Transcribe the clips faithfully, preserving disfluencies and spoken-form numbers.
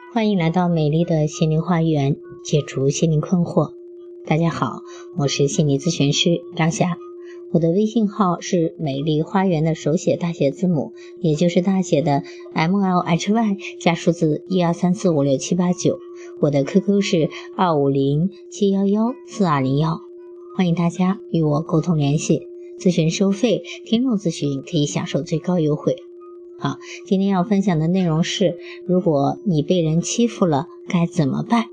欢迎来到美丽的心灵花园，解除心灵困惑。大家好，我是心理咨询师张霞，我的微信号是美丽花园的手写大写字母，也就是大写的 M L H Y 加数字一二三四五六七八九，我的 Q Q 是二五零七一一四二零一，欢迎大家与我沟通联系。咨询收费，听众咨询可以享受最高优惠。好，今天要分享的内容是，如果你被人欺负了，该怎么办？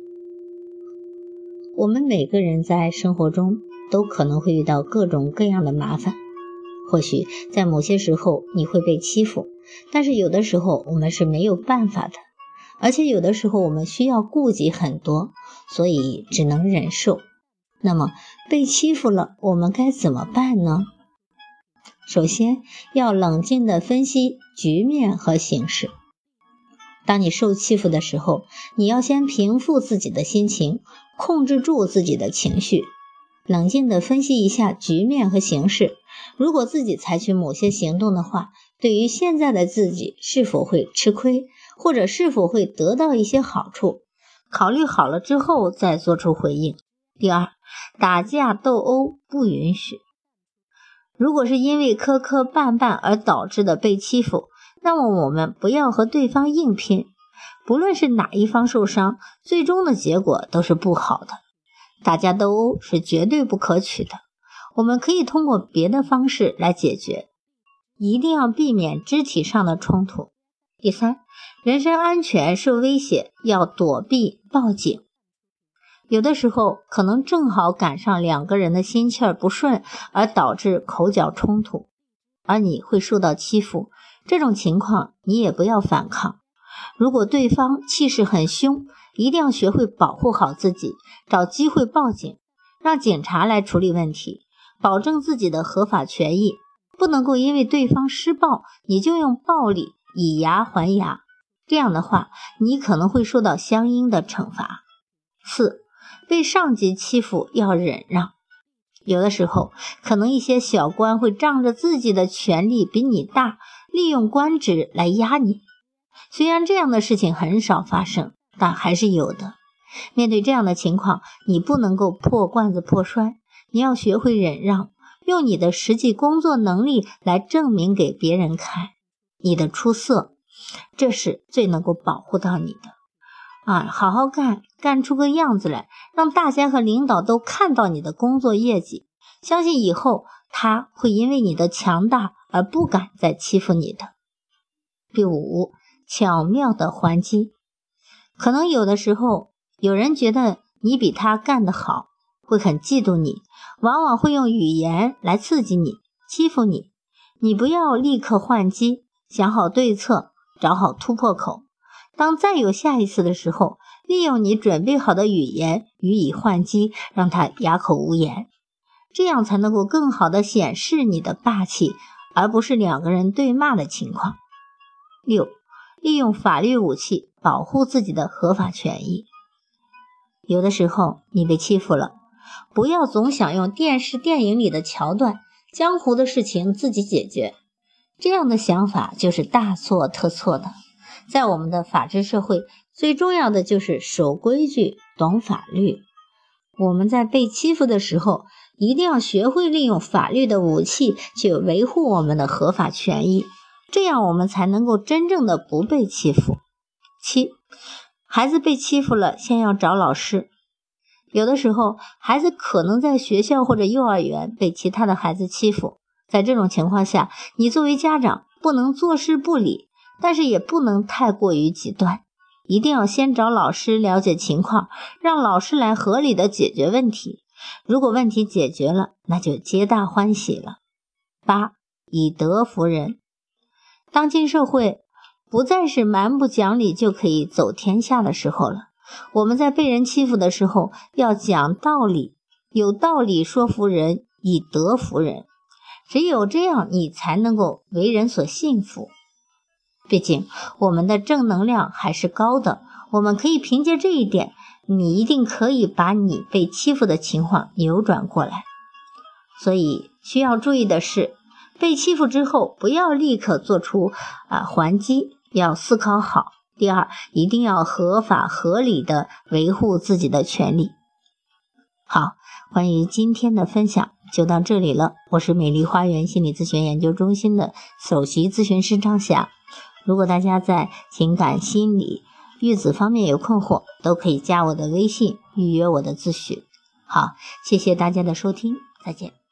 我们每个人在生活中都可能会遇到各种各样的麻烦，或许在某些时候你会被欺负，但是有的时候我们是没有办法的，而且有的时候我们需要顾及很多，所以只能忍受。那么被欺负了，我们该怎么办呢？首先要冷静地分析局面和形势。当你受欺负的时候，你要先平复自己的心情，控制住自己的情绪，冷静地分析一下局面和形势。如果自己采取某些行动的话，对于现在的自己是否会吃亏，或者是否会得到一些好处，考虑好了之后再做出回应。第二，打架斗殴不允许。如果是因为磕磕绊绊而导致的被欺负，那么我们不要和对方硬拼，不论是哪一方受伤，最终的结果都是不好的。打架斗殴是绝对不可取的，我们可以通过别的方式来解决，一定要避免肢体上的冲突。第三，人身安全受威胁，要躲避报警。有的时候可能正好赶上两个人的心气儿不顺，而导致口角冲突，而你会受到欺负，这种情况你也不要反抗。如果对方气势很凶，一定要学会保护好自己，找机会报警，让警察来处理问题，保证自己的合法权益，不能够因为对方施暴，你就用暴力以牙还牙，这样的话你可能会受到相应的惩罚。四，被上级欺负要忍让。有的时候可能一些小官会仗着自己的权力比你大，利用官职来压你。虽然这样的事情很少发生，但还是有的。面对这样的情况，你不能够破罐子破摔，你要学会忍让，用你的实际工作能力来证明给别人看你的出色，这是最能够保护到你的啊，好好干，干出个样子来，让大家和领导都看到你的工作业绩，相信以后他会因为你的强大而不敢再欺负你的。第五，巧妙的还击。可能有的时候有人觉得你比他干得好，会很嫉妒你，往往会用语言来刺激你，欺负你。你不要立刻还击，想好对策，找好突破口。当再有下一次的时候，利用你准备好的语言予以还击，让他哑口无言，这样才能够更好地显示你的霸气，而不是两个人对骂的情况。六，利用法律武器保护自己的合法权益。有的时候你被欺负了，不要总想用电视电影里的桥段，江湖的事情自己解决，这样的想法就是大错特错的。在我们的法治社会，最重要的就是守规矩，懂法律。我们在被欺负的时候，一定要学会利用法律的武器去维护我们的合法权益，这样我们才能够真正的不被欺负。七，孩子被欺负了，先要找老师。有的时候孩子可能在学校或者幼儿园被其他的孩子欺负，在这种情况下，你作为家长不能坐视不理，但是也不能太过于极端，一定要先找老师了解情况，让老师来合理的解决问题。如果问题解决了，那就皆大欢喜了。八，以德服人。当今社会不再是蛮不讲理就可以走天下的时候了，我们在被人欺负的时候要讲道理，有道理说服人，以德服人，只有这样你才能够为人所信服。毕竟我们的正能量还是高的，我们可以凭借这一点，你一定可以把你被欺负的情况扭转过来。所以需要注意的是，被欺负之后不要立刻做出啊还击，要思考好， 第二，一定要合法合理的维护自己的权利。好，关于今天的分享就到这里了，我是美丽花园心理咨询研究中心的首席咨询师张霞。如果大家在情感、心理、育子方面有困惑，都可以加我的微信预约我的咨询。好，谢谢大家的收听，再见。